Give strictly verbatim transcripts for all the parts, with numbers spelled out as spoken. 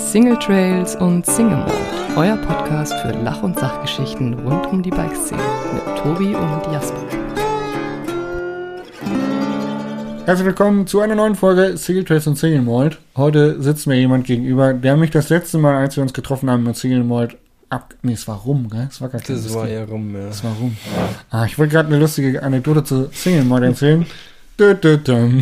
Single Trails und Single Mode, euer Podcast für Lach- und Sachgeschichten rund um die Bikeszene mit Tobi und Jasper. Herzlich willkommen zu einer neuen Folge Single Trails und Single Mode. Heute sitzt mir jemand gegenüber, der mich das letzte Mal, als wir uns getroffen haben mit Single Mode, ab... Nee, es war rum, gell? Es war gar kein Das war eher rum, ja. Es war rum. Ah, ich wollte gerade eine lustige Anekdote zu Single Mode erzählen. Dö, dö, dö.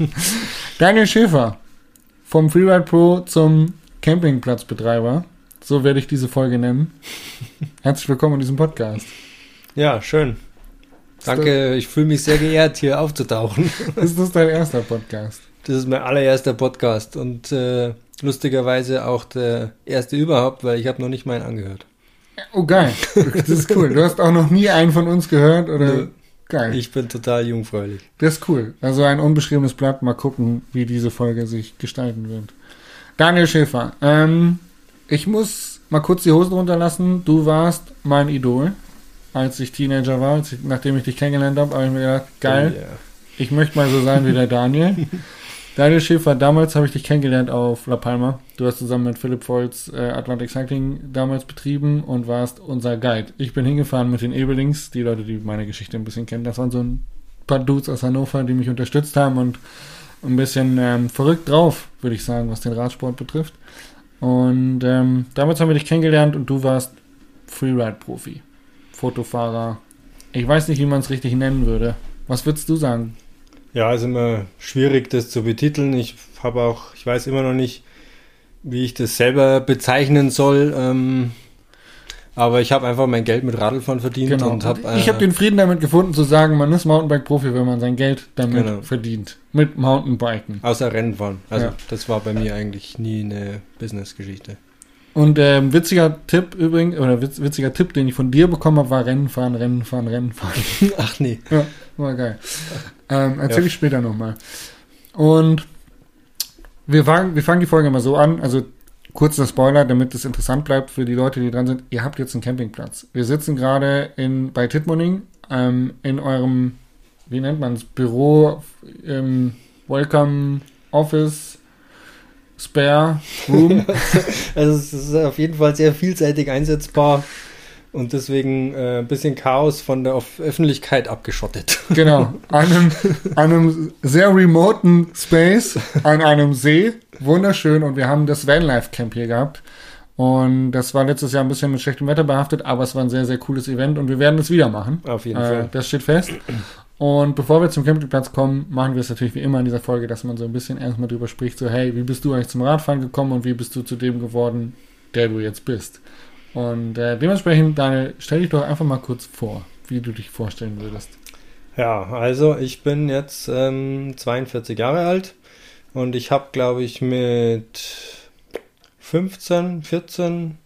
Daniel Schäfer, vom Freeride Pro zum Campingplatzbetreiber. So werde ich diese Folge nennen. Herzlich willkommen in diesem Podcast. Ja, schön. Danke, ich fühle mich sehr geehrt, hier aufzutauchen. Ist das dein erster Podcast? Das ist mein allererster Podcast und äh, lustigerweise auch der erste überhaupt, weil ich habe noch nicht meinen angehört. Oh, geil. Das ist cool. Du hast auch noch nie einen von uns gehört, oder? Nö. Geil. Ich bin total jungfräulich. Das ist cool. Also ein unbeschriebenes Blatt. Mal gucken, wie diese Folge sich gestalten wird. Daniel Schäfer. Ähm, ich muss mal kurz die Hosen runterlassen. Du warst mein Idol, als ich Teenager war, als ich, nachdem ich dich kennengelernt habe. habe ich mir gedacht, geil, Oh, yeah. Ich möchte mal so sein wie der Daniel. Daniel Schäfer, damals habe ich dich kennengelernt auf La Palma. Du hast zusammen mit Philipp Volz äh, Atlantic Cycling damals betrieben und warst unser Guide. Ich bin hingefahren mit den Ebelings, die Leute, die meine Geschichte ein bisschen kennen. Das waren so ein paar Dudes aus Hannover, die mich unterstützt haben und ein bisschen ähm, verrückt drauf, würde ich sagen, was den Radsport betrifft. Und ähm, damals haben wir dich kennengelernt und du warst Freeride-Profi, Fotofahrer. Ich weiß nicht, wie man es richtig nennen würde. Was würdest du sagen? Ja, ist immer schwierig, das zu betiteln. Ich habe auch, ich weiß immer noch nicht, wie ich das selber bezeichnen soll. Ähm, aber ich habe einfach mein Geld mit Radlfahren verdient. Genau. Und hab, äh, ich habe den Frieden damit gefunden, zu sagen, man ist Mountainbike-Profi, wenn man sein Geld damit Genau. verdient. Mit Mountainbiken. Außer Rennfahren. Also Ja. das war bei mir eigentlich nie eine Business-Geschichte. Und ähm, witziger Tipp übrigens, oder witz, witziger Tipp, den ich von dir bekommen habe, war Rennen fahren, Rennen fahren, Rennen fahren. Ach nee. Ja, war geil. Ähm, erzähl Ja. ich später nochmal. Und wir fangen, wir fangen die Folge mal so an, also kurzer Spoiler, damit es interessant bleibt für die Leute, die dran sind. Ihr habt jetzt einen Campingplatz. Wir sitzen gerade in bei Tittmoning ähm, in eurem, wie nennt man es, Büro, ähm, Welcome Office, Spare Room. Also es ist auf jeden Fall sehr vielseitig einsetzbar und deswegen äh, ein bisschen Chaos von der Öff- Öffentlichkeit abgeschottet. Genau, einem, einem sehr remoten Space, an einem See, wunderschön, und wir haben das Vanlife Camp hier gehabt und das war letztes Jahr ein bisschen mit schlechtem Wetter behaftet, aber es war ein sehr, sehr cooles Event und wir werden es wieder machen. Auf jeden äh, Fall. Das steht fest. Und bevor wir zum Campingplatz kommen, machen wir es natürlich wie immer in dieser Folge, dass man so ein bisschen erstmal drüber spricht, so hey, wie bist du eigentlich zum Radfahren gekommen und wie bist du zu dem geworden, der du jetzt bist? Und äh, dementsprechend, Daniel, stell dich doch einfach mal kurz vor, wie du dich vorstellen würdest. Ja, also ich bin jetzt ähm, zweiundvierzig Jahre alt und ich habe, glaube ich, mit fünfzehn, vierzehn,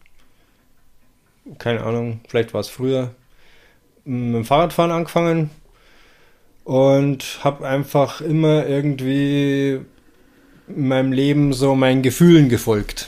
keine Ahnung, vielleicht war es früher, mit dem Fahrradfahren angefangen. Und habe einfach immer irgendwie in meinem Leben so meinen Gefühlen gefolgt.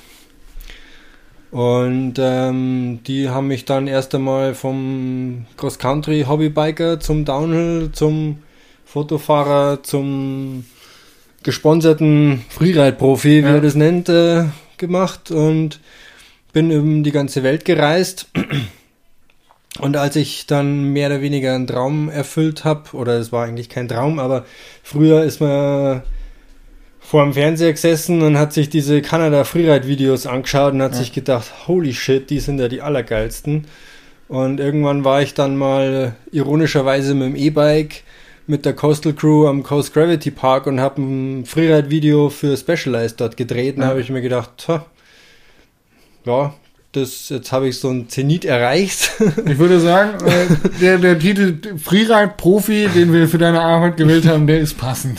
Und ähm, die haben mich dann erst einmal vom Cross-Country-Hobbybiker zum Downhill, zum Fotofahrer, zum gesponserten Freeride-Profi, wie Ja. er das nennt, äh, gemacht. Und bin um die ganze Welt gereist. Und als ich dann mehr oder weniger einen Traum erfüllt habe, oder es war eigentlich kein Traum, aber früher ist man vor dem Fernseher gesessen und hat sich diese Kanada Freeride-Videos angeschaut und hat Ja. sich gedacht, holy shit, die sind ja die allergeilsten. Und irgendwann war ich dann mal ironischerweise mit dem E-Bike mit der Coastal Crew am Coast Gravity Park und habe ein Freeride-Video für Specialized dort gedreht. Und da Ja. habe ich mir gedacht, tja, ja, Das, jetzt habe ich so einen Zenit erreicht. Ich würde sagen, äh, der, der Titel Freeride-Profi, den wir für deine Arbeit gewählt haben, der ist passend.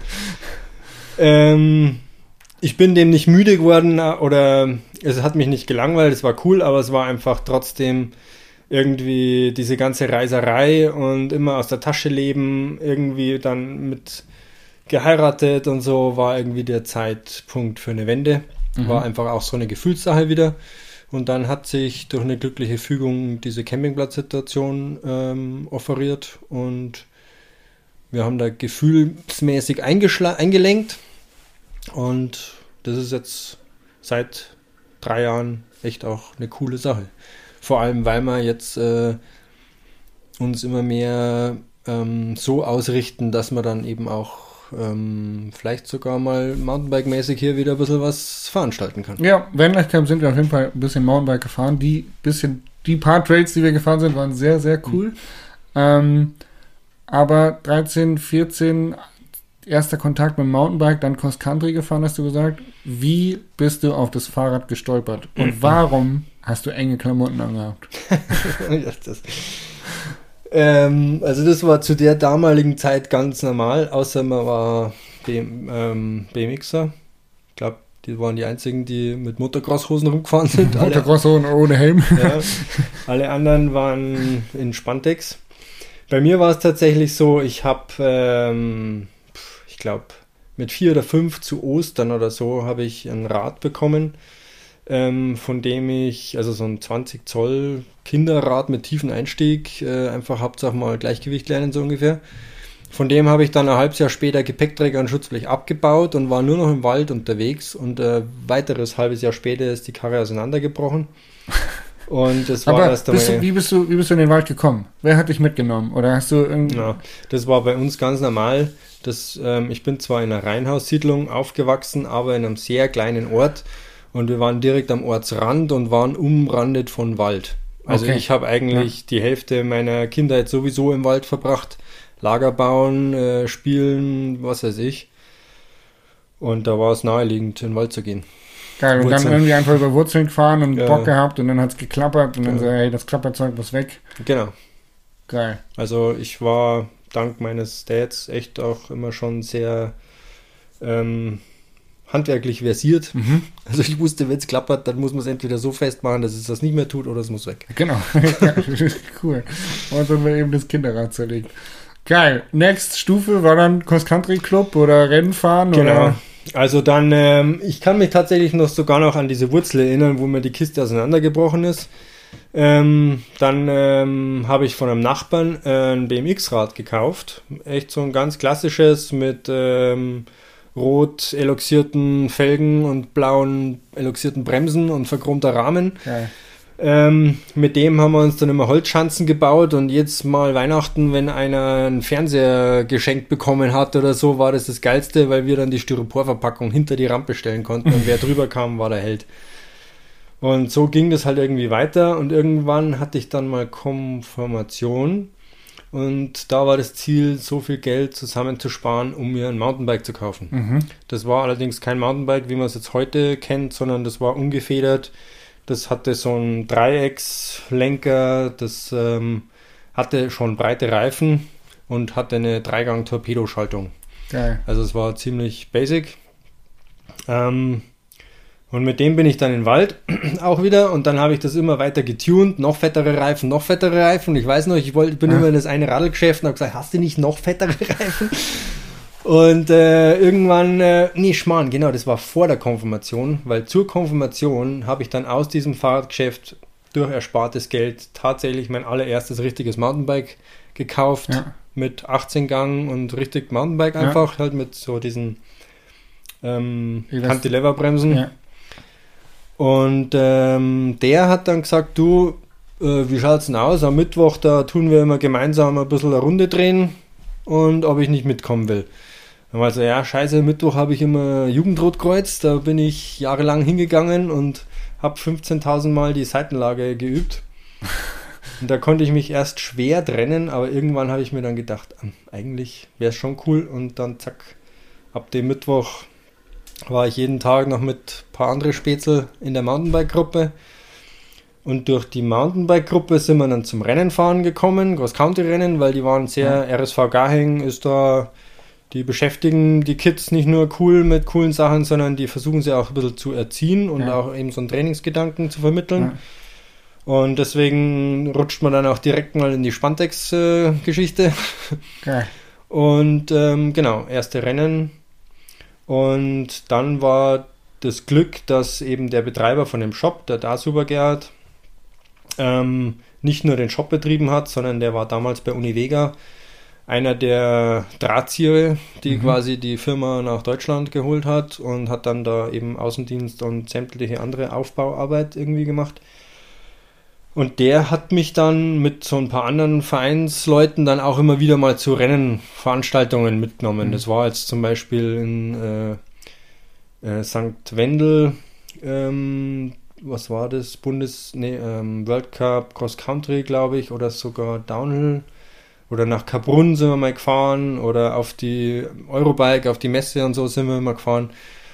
ähm, ich bin dem nicht müde geworden oder es hat mich nicht gelangweilt, es war cool, aber es war einfach trotzdem irgendwie diese ganze Reiserei und immer aus der Tasche leben, irgendwie dann mit geheiratet und so, war irgendwie der Zeitpunkt für eine Wende. Mhm. War einfach auch so eine Gefühlssache wieder. Und dann hat sich durch eine glückliche Fügung diese Campingplatzsituation ähm, offeriert und wir haben da gefühlsmäßig eingeschla- eingelenkt und das ist jetzt seit drei Jahren echt auch eine coole Sache. Vor allem, weil wir jetzt äh, uns immer mehr ähm, so ausrichten, dass man dann eben auch ähm, vielleicht sogar mal Mountainbike-mäßig hier wieder ein bisschen was veranstalten kann. Ja, Vanlife-Camp sind wir auf jeden Fall ein bisschen Mountainbike gefahren. Die bisschen, die paar Trails, die wir gefahren sind, waren sehr, sehr cool. Mhm. Ähm, aber dreizehn, vierzehn, erster Kontakt mit dem Mountainbike, dann Cross-Country gefahren, hast du gesagt. Wie bist du auf das Fahrrad gestolpert? Und mhm. warum hast du enge Klamotten angehabt? ja, das Ähm, also das war zu der damaligen Zeit ganz normal, außer man war B M, ähm, B M Xer. Ich glaube, die waren die einzigen, die mit Motocross-Hosen rumgefahren sind. Motocross-Hosen ohne Helm. Ja, alle anderen waren in Spandex. Bei mir war es tatsächlich so, ich habe, ähm, ich glaube, mit vier oder fünf zu Ostern oder so habe ich ein Rad bekommen, ähm, von dem ich, also so ein zwanzig Zoll Kinderrad mit tiefen Einstieg, äh, einfach Hauptsache mal Gleichgewicht lernen, so ungefähr. Von dem habe ich dann ein halbes Jahr später Gepäckträger und Schutzblech abgebaut und war nur noch im Wald unterwegs und ein äh, weiteres halbes Jahr später ist die Karre auseinandergebrochen. Und das war Aber erst bist du, wie, bist du, wie bist du in den Wald gekommen? Wer hat dich mitgenommen? Oder hast du irgendwie... Ja, das war bei uns ganz normal. Das, ähm, ich bin zwar in einer Reihenhaussiedlung aufgewachsen, aber in einem sehr kleinen Ort. Und wir waren direkt am Ortsrand und waren umrandet von Wald. Also okay. Ich habe eigentlich ja. die Hälfte meiner Kindheit sowieso im Wald verbracht. Lager bauen, äh, spielen, was weiß ich. Und da war es naheliegend, in den Wald zu gehen. Geil, und Wurzeln. Dann irgendwie einfach über Wurzeln gefahren und ja. Bock gehabt und dann hat es geklappert und dann ja. so, hey, das Klapperzeug muss weg. Genau. Geil. Also ich war dank meines Dads echt auch immer schon sehr ähm, handwerklich versiert. Mhm. Also ich wusste, wenn es klappert, dann muss man es entweder so festmachen, dass es das nicht mehr tut oder es muss weg. Genau. Cool. Und dann war eben das Kinderrad zerlegt. Geil. Next Stufe war dann Cross-Country-Club oder Rennfahren? Genau. Oder? Also dann, ähm, ich kann mich tatsächlich noch sogar noch an diese Wurzel erinnern, wo mir die Kiste auseinandergebrochen ist. Ähm, dann ähm, habe ich von einem Nachbarn äh, ein B M X-Rad gekauft. Echt so ein ganz klassisches mit ähm, rot eloxierten Felgen und blauen eloxierten Bremsen und verchromter Rahmen. Geil. Ähm, mit dem haben wir uns dann immer Holzschanzen gebaut und jetzt mal Weihnachten, wenn einer einen Fernseher geschenkt bekommen hat oder so, war das das Geilste, weil wir dann die Styroporverpackung hinter die Rampe stellen konnten und wer drüber kam, war der Held. Und so ging das halt irgendwie weiter und irgendwann hatte ich dann mal Konfirmation und da war das Ziel, so viel Geld zusammenzusparen, um mir ein Mountainbike zu kaufen. Mhm. Das war allerdings kein Mountainbike, wie man es jetzt heute kennt, sondern das war ungefedert. Das hatte so einen Dreieckslenker, das ähm, hatte schon breite Reifen und hatte eine Dreigang-Torpedoschaltung. Geil. Also es war ziemlich basic. Ähm, und mit dem bin ich dann in den Wald auch wieder und dann habe ich das immer weiter getuned, noch fettere Reifen, noch fettere Reifen. Ich weiß noch, ich, wollte, ich bin ja. immer in das eine Radlgeschäft und habe gesagt, hast du nicht noch fettere Reifen? Und äh, irgendwann, äh, nee, Schmarrn, genau, das war vor der Konfirmation, weil zur Konfirmation habe ich dann aus diesem Fahrradgeschäft durch erspartes Geld tatsächlich mein allererstes richtiges Mountainbike gekauft, ja. mit achtzehn Gang und richtig Mountainbike einfach, ja. halt mit so diesen ähm, Cantilever-Bremsen. Ja. Und ähm, der hat dann gesagt, du, äh, wie schaut's denn aus? Am Mittwoch, da tun wir immer gemeinsam ein bisschen eine Runde drehen und ob ich nicht mitkommen will. Dann war so, ja, scheiße, Mittwoch habe ich immer Jugendrotkreuz, da bin ich jahrelang hingegangen und habe fünfzehntausend Mal die Seitenlage geübt. Und da konnte ich mich erst schwer trennen, aber irgendwann habe ich mir dann gedacht, eigentlich wäre es schon cool. Und dann zack, ab dem Mittwoch war ich jeden Tag noch mit ein paar andere Spätzl in der Mountainbike-Gruppe. Und durch die Mountainbike-Gruppe sind wir dann zum Rennenfahren gekommen, Cross-Country-Rennen, weil die waren sehr, ja. R S V Garching ist da, die beschäftigen die Kids nicht nur cool mit coolen Sachen, sondern die versuchen sie auch ein bisschen zu erziehen und ja. auch eben so einen Trainingsgedanken zu vermitteln. Ja. Und deswegen rutscht man dann auch direkt mal in die Spandex-Geschichte. Okay. Und ähm, genau, erste Rennen. Und dann war das Glück, dass eben der Betreiber von dem Shop, der Da Super Gerhard, ähm, nicht nur den Shop betrieben hat, sondern der war damals bei Univega einer der Drahtzieher, die Mhm. quasi die Firma nach Deutschland geholt hat und hat dann da eben Außendienst und sämtliche andere Aufbauarbeit irgendwie gemacht. Und der hat mich dann mit so ein paar anderen Vereinsleuten dann auch immer wieder mal zu Rennenveranstaltungen mitgenommen. Mhm. Das war jetzt zum Beispiel in äh, äh, Sankt Wendel, ähm, was war das? Bundes, nee, ähm, World Cup Cross Country, glaube ich, oder sogar Downhill. Oder nach Kaprun sind wir mal gefahren oder auf die Eurobike, auf die Messe und so sind wir mal gefahren.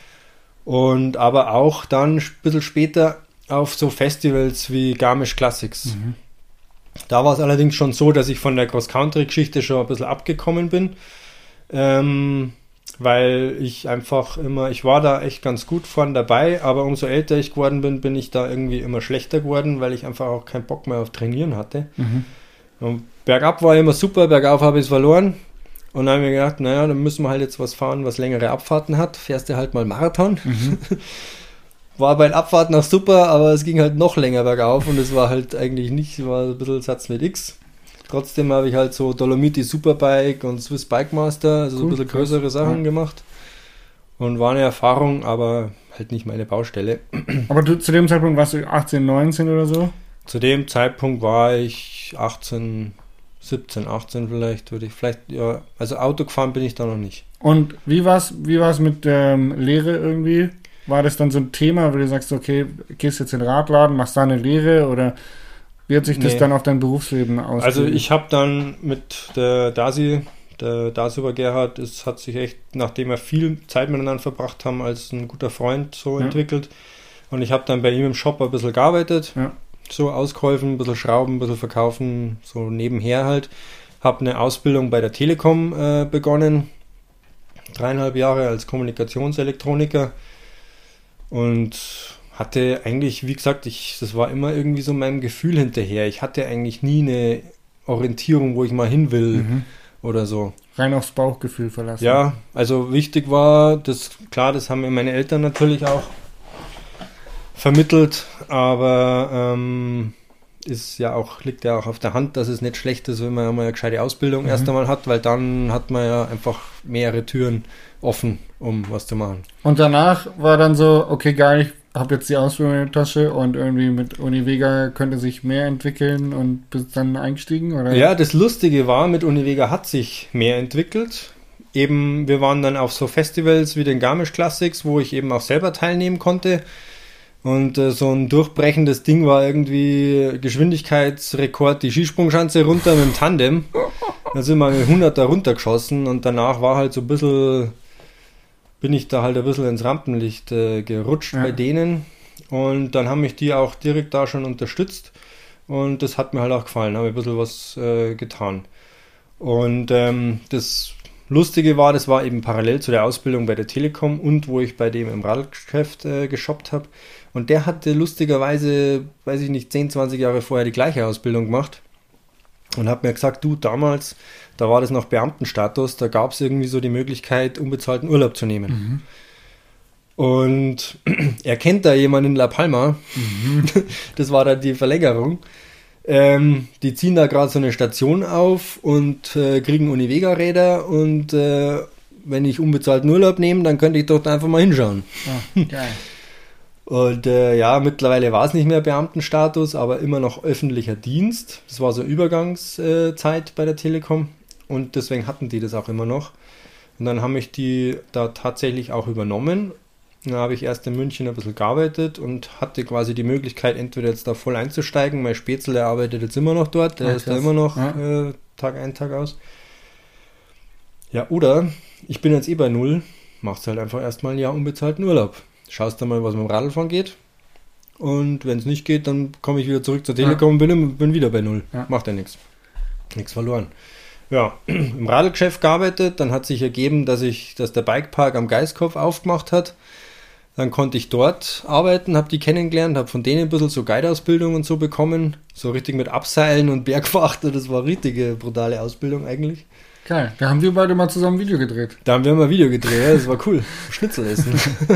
Und aber auch dann ein bisschen später auf so Festivals wie Garmisch Classics. Mhm. Da war es allerdings schon so, dass ich von der Cross-Country-Geschichte schon ein bisschen abgekommen bin. Ähm, weil ich einfach immer, ich war da echt ganz gut vorne dabei, aber umso älter ich geworden bin, bin ich da irgendwie immer schlechter geworden, weil ich einfach auch keinen Bock mehr auf Trainieren hatte. Mhm. Und bergab war immer super, bergauf habe ich es verloren. Und dann habe ich mir gedacht, naja, dann müssen wir halt jetzt was fahren, was längere Abfahrten hat. Fährst du halt mal Marathon. Mhm. War bei den Abfahrten auch super, aber es ging halt noch länger bergauf und es war halt eigentlich nicht, war ein bisschen Satz mit X. Trotzdem habe ich halt so Dolomiti Superbike und Swiss Bike Master, also so ein Cool, bisschen krass. größere Sachen Ja. gemacht. Und war eine Erfahrung, aber halt nicht meine Baustelle. Aber du, zu dem Zeitpunkt warst du achtzehn, neunzehn oder so? Zu dem Zeitpunkt war ich achtzehn, siebzehn, achtzehn vielleicht, würde ich vielleicht, ja, also Auto gefahren bin ich da noch nicht. Und wie war's, wie war's mit der ähm, Lehre irgendwie? War das dann so ein Thema, wo du sagst, okay, gehst jetzt in den Radladen, machst da eine Lehre oder wie hat sich das Nee. dann auf dein Berufsleben ausgewirkt? Also ich habe dann mit der Dasi, der Dasi Gerhard, es hat sich echt, nachdem wir viel Zeit miteinander verbracht haben, als ein guter Freund so Ja. entwickelt. Und ich habe dann bei ihm im Shop ein bisschen gearbeitet, Ja. so ausgeholfen, ein bisschen schrauben, ein bisschen verkaufen, so nebenher halt. Habe eine Ausbildung bei der Telekom äh, begonnen, dreieinhalb Jahre als Kommunikationselektroniker und hatte eigentlich, wie gesagt, ich, das war immer irgendwie so meinem Gefühl hinterher. Ich hatte eigentlich nie eine Orientierung, wo ich mal hin will Mhm. oder so. Rein aufs Bauchgefühl verlassen. Ja, also wichtig war, das klar, das haben mir meine Eltern natürlich auch vermittelt, aber ähm, ist ja auch, liegt ja auch auf der Hand, dass es nicht schlecht ist, wenn man mal eine gescheite Ausbildung Mhm. erst einmal hat, weil dann hat man ja einfach mehrere Türen offen, um was zu machen. Und danach war dann so, okay, geil, ich habe jetzt die Ausbildung in der Tasche und irgendwie mit Univega könnte sich mehr entwickeln und bist dann eingestiegen, oder? Ja, das Lustige war, mit Univega hat sich mehr entwickelt. Eben, wir waren dann auf so Festivals wie den Garmisch Classics, wo ich eben auch selber teilnehmen konnte. Und äh, so ein durchbrechendes Ding war irgendwie Geschwindigkeitsrekord, die Skisprungschanze runter mit dem Tandem. Da sind wir mit hundert da runtergeschossen und danach war halt so ein bisschen, bin ich da halt ein bisschen ins Rampenlicht äh, gerutscht Ja. bei denen. Und dann haben mich die auch direkt da schon unterstützt. Und das hat mir halt auch gefallen, habe ein bisschen was äh, getan. Und ähm, das Lustige war, das war eben parallel zu der Ausbildung bei der Telekom und wo ich bei dem im Radgeschäft äh, geshoppt habe. Und der hatte lustigerweise, weiß ich nicht, zehn, zwanzig Jahre vorher die gleiche Ausbildung gemacht. Und hat mir gesagt, du, damals, da war das noch Beamtenstatus, da gab es irgendwie so die Möglichkeit, unbezahlten Urlaub zu nehmen. Mhm. Und er kennt da jemanden in La Palma, Mhm. das war dann die Verlängerung. Ähm, die ziehen da gerade so eine Station auf und äh, kriegen Univega-Räder und äh, wenn ich unbezahlten Urlaub nehme, dann könnte ich doch da einfach mal hinschauen. Ah, geil. Und äh, ja, mittlerweile war es nicht mehr Beamtenstatus, aber immer noch öffentlicher Dienst. Das war so Übergangszeit bei der Telekom und deswegen hatten die das auch immer noch. Und dann haben mich die da tatsächlich auch übernommen. Da habe ich erst in München ein bisschen gearbeitet und hatte quasi die Möglichkeit, entweder jetzt da voll einzusteigen. Mein Spätzl, der arbeitet jetzt immer noch dort, der Ah, ist da krass. immer noch Ja. äh, Tag ein, Tag aus. Ja, oder ich bin jetzt eh bei Null, machst halt einfach erstmal ein Jahr unbezahlten Urlaub. Schaust dann mal, was mit dem Radlfahren geht. Und wenn es nicht geht, dann komme ich wieder zurück zur Telekom und bin, im- bin wieder bei Null. Ja. Macht ja nichts. Nichts verloren. Ja, im Radlgeschäft gearbeitet, dann hat sich ergeben, dass ich, dass der Bikepark am Geiskopf aufgemacht hat. Dann konnte ich dort arbeiten, habe die kennengelernt, habe von denen ein bisschen so Guide-Ausbildung und so bekommen. So richtig mit Abseilen und Bergfahrt. Das war richtige brutale Ausbildung eigentlich. Geil. Da haben wir beide mal zusammen ein Video gedreht. Da haben wir mal ein Video gedreht, ja, das war cool. Schnitzel essen.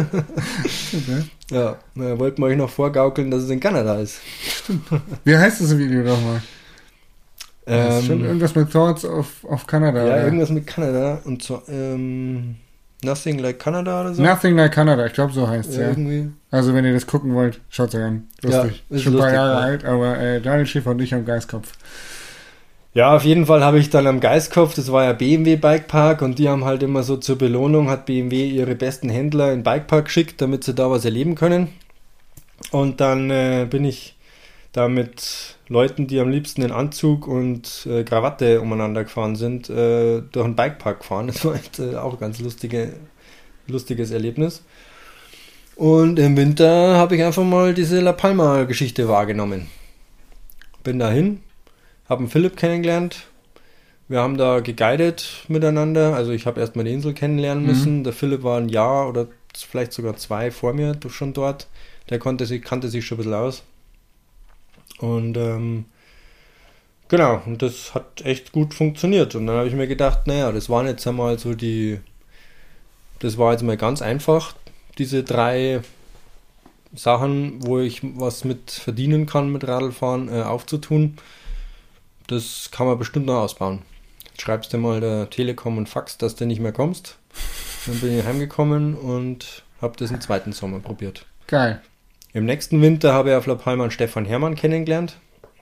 Okay. Ja, da wollten wir euch noch vorgaukeln, dass es in Kanada ist. Wie heißt das Video nochmal? Das ist schon Ähm, irgendwas mit Thoughts of, of Canada. ja, oder? irgendwas mit Kanada. Und zwar ähm, Nothing Like Canada oder so. Nothing Like Canada, ich glaube so heißt es, ja, ja. irgendwie. Also wenn ihr das gucken wollt, schaut es euch an. Lustig. Ja, ist schon ein paar lustig, Jahre ja. alt, aber äh, Daniel Schäfer und ich am Geistkopf. Ja, auf jeden Fall habe ich dann am Geistkopf, das war ja B M W Bikepark und die haben halt immer so zur Belohnung, hat B M W ihre besten Händler in den Bikepark geschickt, damit sie da was erleben können. Und dann äh, bin ich da mit Leuten, die am liebsten in Anzug und äh, Krawatte umeinander gefahren sind, äh, durch den Bikepark gefahren. Das war echt äh, auch ein ganz lustige, lustiges Erlebnis. Und im Winter habe ich einfach mal diese La Palma-Geschichte wahrgenommen. Bin dahin. Haben Philipp kennengelernt. Wir haben da geguidet miteinander. Also ich habe erstmal die Insel kennenlernen müssen. Mhm. Der Philipp war ein Jahr oder vielleicht sogar zwei vor mir schon dort. Der konnte sich, kannte sich schon ein bisschen aus. Und ähm, genau, und das hat echt gut funktioniert. Und dann habe ich mir gedacht, naja, das waren jetzt einmal so die, das war jetzt mal ganz einfach, diese drei Sachen, wo ich was mit verdienen kann mit Radlfahren, äh, aufzutun. Das kann man bestimmt noch ausbauen. Jetzt schreibst du mal der Telekom und Fax, dass du nicht mehr kommst. Dann bin ich heimgekommen und habe das im zweiten Sommer probiert. Geil. Im nächsten Winter habe ich auf La Palma einen Stefan Hermann kennengelernt.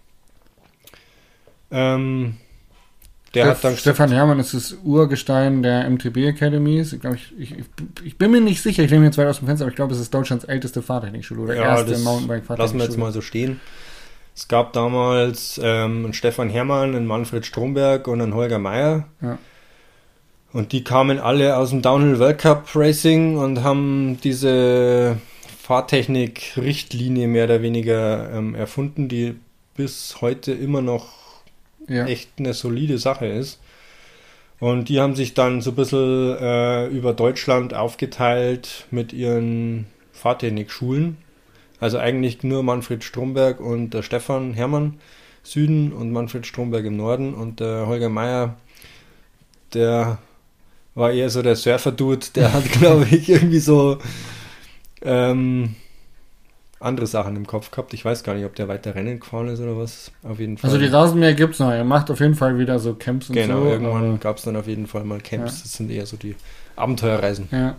Ähm, der Stef- hat dann Stefan Hermann ist das Urgestein der M T B Academy. Ich, glaub, ich, ich, ich bin mir nicht sicher, ich nehme jetzt weit aus dem Fenster, aber ich glaube, es ist Deutschlands älteste Fahrtechnikschule oder ja, erste das Mountainbike-Fahrtechnikschule. lassen wir jetzt mal so stehen. Es gab damals ähm, einen Stefan Hermann, einen Manfred Stromberg und einen Holger Meier. Ja. Und die kamen alle aus dem Downhill World Cup Racing und haben diese Fahrtechnik-Richtlinie mehr oder weniger ähm, erfunden, die bis heute immer noch Ja. echt eine solide Sache ist. Und die haben sich dann so ein bisschen äh, über Deutschland aufgeteilt mit ihren Fahrtechnikschulen. Also eigentlich nur Manfred Stromberg und der Stefan Hermann Süden und Manfred Stromberg im Norden und der Holger Meier, der war eher so der Surfer-Dude, der hat, glaube ich, irgendwie so ähm, andere Sachen im Kopf gehabt. Ich weiß gar nicht, ob der weiter Rennen gefahren ist oder was. Auf jeden Fall. Also die Rasenmäher gibt es noch. Er macht auf jeden Fall wieder so Camps und genau, so. Genau, irgendwann gab es dann auf jeden Fall mal Camps. Ja. Das sind eher so die Abenteuerreisen. Ja.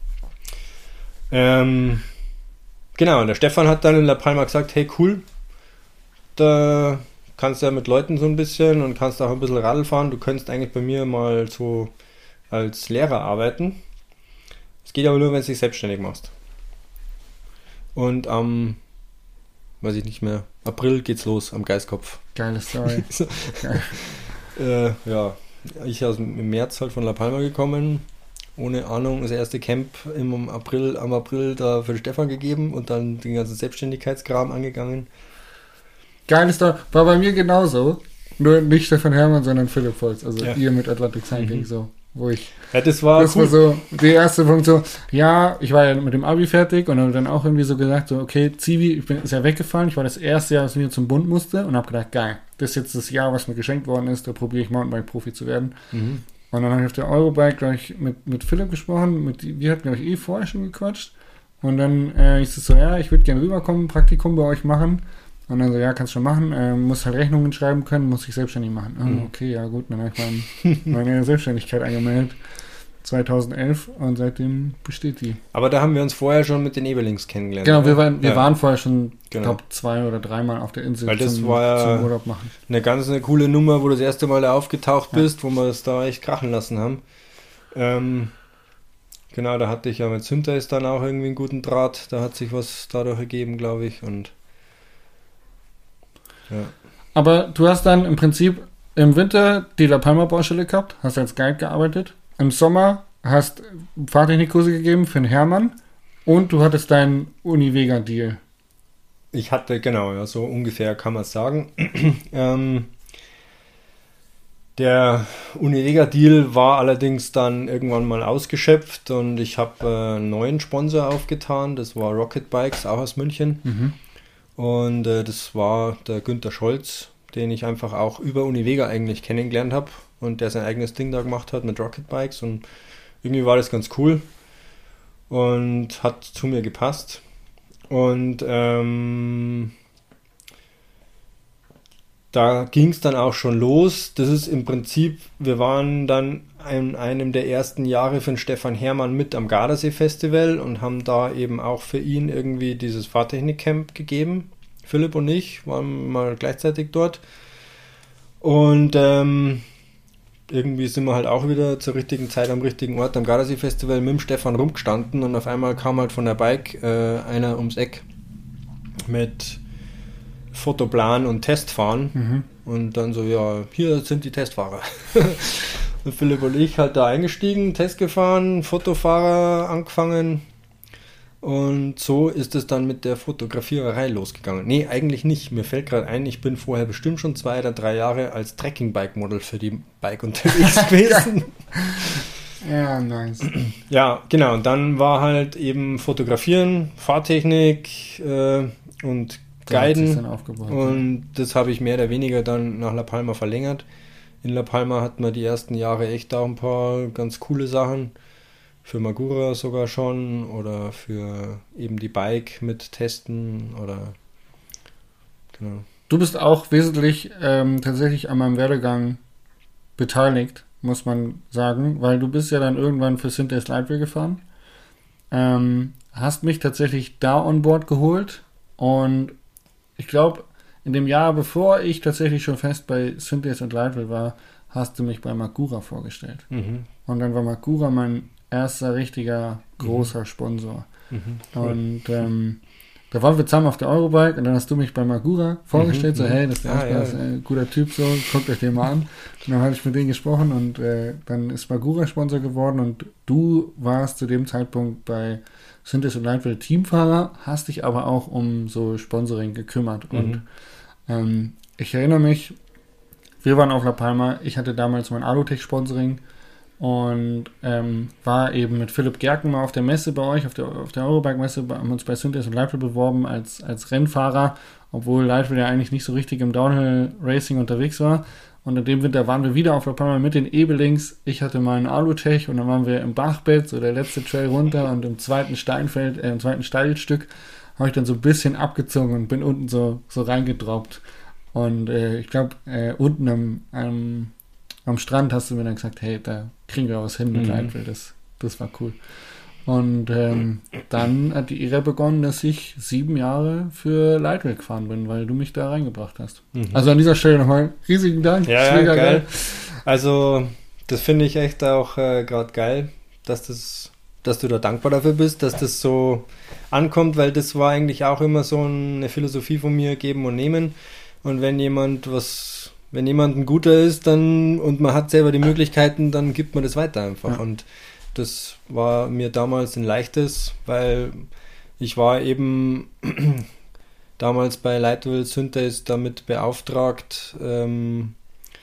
Ähm, genau, und der Stefan hat dann in La Palma gesagt, hey cool, da kannst du ja mit Leuten so ein bisschen und kannst auch ein bisschen Radl fahren. Du könntest eigentlich bei mir mal so als Lehrer arbeiten. Es geht aber nur, wenn du dich selbstständig machst. Und am, weiß ich nicht mehr, April geht's los am Geistkopf. Geile Story. so, äh, ja, ich aus dem März halt von La Palma gekommen, ohne Ahnung, das erste Camp im April, am April da für den Stefan gegeben und dann den ganzen Selbstständigkeitskram angegangen. Geile Story. War bei mir genauso. Nur nicht Stefan Hermann, sondern Philipp Volz. Also Ja. ihr mit Atlantic Cycling Mhm. so. Wo ich, Ja, das war das cool. war so die erste Funktion. Ja, ich war ja mit dem Abi fertig und habe dann auch irgendwie so gesagt, so okay, Zivi, ich bin, ist ja weggefallen. Ich war das erste Jahr, was mir zum Bund musste und habe gedacht, geil, das ist jetzt das Jahr, was mir geschenkt worden ist, da probiere ich Mountainbike-Profi zu werden. Mhm. Und dann habe ich auf der Eurobike gleich mit, mit Philipp gesprochen, mit, wir hatten, glaube ich, eh vorher schon gequatscht. Und dann äh, ist es so, ja, ich würde gerne rüberkommen, Praktikum bei euch machen. Und dann so, ja, kannst schon machen, äh, muss halt Rechnungen schreiben können, muss ich selbstständig machen. Oh, Mhm. okay, ja gut, dann habe ich mein, meine Selbstständigkeit angemeldet. zweitausendelf und seitdem besteht die. Aber da haben wir uns vorher schon mit den Eberlings kennengelernt. Genau, oder? wir waren, wir Ja. waren vorher schon, ich Genau. glaube, zwei oder dreimal auf der Insel Weil das zum, war ja- zum Urlaub machen. Eine ganz eine coole Nummer, wo du das erste Mal da aufgetaucht Ja. bist, wo wir es da echt krachen lassen haben. Ähm, genau, da hatte ich ja mit Synthase dann auch irgendwie einen guten Draht. Da hat sich was dadurch ergeben, glaube ich. Und ja. Aber du hast dann im Prinzip im Winter die La Palma Baustelle gehabt, hast als Guide gearbeitet. Im Sommer hast Fahrtechnikkurse gegeben für den Hermann und du hattest deinen Univega-Deal. Ich hatte, genau, ja, so ungefähr kann man es sagen. ähm, der Univega-Deal war allerdings dann irgendwann mal ausgeschöpft und ich habe äh, einen neuen Sponsor aufgetan. Das war Rocket Bikes, auch aus München. Mhm. Und äh, das war der Günther Scholz, den ich einfach auch über Univega eigentlich kennengelernt habe und der sein eigenes Ding da gemacht hat mit Rocket Bikes und irgendwie war das ganz cool und hat zu mir gepasst. Und ähm, da ging es dann auch schon los. Das ist im Prinzip, wir waren dann in einem der ersten Jahre für den Stefan Herrmann mit am Gardasee-Festival und haben da eben auch für ihn irgendwie dieses Fahrtechnik-Camp gegeben. Philipp und ich waren mal gleichzeitig dort. Und ähm, irgendwie sind wir halt auch wieder zur richtigen Zeit am richtigen Ort am Gardasee-Festival mit dem Stefan rumgestanden und auf einmal kam halt von der Bike äh, einer ums Eck mit Fotoplan und Testfahren mhm. und dann so, ja, hier sind die Testfahrer. Und Philipp und ich halt da eingestiegen, Test gefahren, Fotofahrer angefangen und so ist es dann mit der Fotografiererei losgegangen. Nee, eigentlich nicht. Mir fällt gerade ein, ich bin vorher bestimmt schon zwei oder drei Jahre als Trekking-Bike-Model für die Bike unterwegs gewesen. Ja, nice. Ja, genau. Und dann war halt eben Fotografieren, Fahrtechnik äh, und Guiden. Und das habe ich mehr oder weniger dann nach La Palma verlängert. In La Palma hatten wir die ersten Jahre echt auch ein paar ganz coole Sachen. Für Magura sogar schon oder für eben die Bike mit Testen oder genau. Du bist auch wesentlich ähm, tatsächlich an meinem Werdegang beteiligt, muss man sagen, weil du bist ja dann irgendwann für Synthes Lightwheel gefahren. Ähm, hast mich tatsächlich da on board geholt und ich glaube, in dem Jahr, bevor ich tatsächlich schon fest bei Synthes und Lightwheel war, hast du mich bei Magura vorgestellt. Mhm. Und dann war Magura mein erster richtiger großer mhm. Sponsor. Mhm. Und ähm, da waren wir zusammen auf der Eurobike und dann hast du mich bei Magura vorgestellt, mhm. so hey, das ist ah, ja. ein guter Typ, so guckt euch den mal an. Und dann habe ich mit denen gesprochen und äh, dann ist Magura Sponsor geworden und du warst zu dem Zeitpunkt bei Synthes und Lightwheel Teamfahrer, hast dich aber auch um so Sponsoring gekümmert. Mhm. Und ähm, ich erinnere mich, wir waren auf La Palma, ich hatte damals mein Alutech-Sponsoring und ähm, war eben mit Philipp Gerken mal auf der Messe bei euch, auf der, auf der Eurobike-Messe, haben uns bei Synthes und Lightwheel beworben als, als Rennfahrer, obwohl Lightwheel ja eigentlich nicht so richtig im Downhill-Racing unterwegs war. Und in dem Winter waren wir wieder auf La Palma mit den Ebelings. Ich hatte meinen Alutech und dann waren wir im Bachbett, so der letzte Trail runter und im zweiten Steinfeld, äh, im zweiten Steilstück habe ich dann so ein bisschen abgezogen und bin unten so, so reingedroppt. Und äh, ich glaube, äh, unten am, am, am Strand hast du mir dann gesagt, hey, da kriegen wir was hin mit mhm. Lightwheel, das, das war cool. Und ähm, dann hat die Ära begonnen, dass ich sieben Jahre für Lightwheel gefahren bin, weil du mich da reingebracht hast. Mhm. Also an dieser Stelle nochmal riesigen Dank. Ja, ja geil. geil. Also das finde ich echt auch äh, gerade geil, dass das, dass du da dankbar dafür bist, dass das so ankommt, weil das war eigentlich auch immer so eine Philosophie von mir, geben und nehmen. Und wenn jemand was, wenn jemand ein guter ist, dann und man hat selber die Möglichkeiten, dann gibt man das weiter einfach. Ja. Und das war mir damals ein leichtes, weil ich war eben damals bei Lightwheel Synthes damit beauftragt, ähm,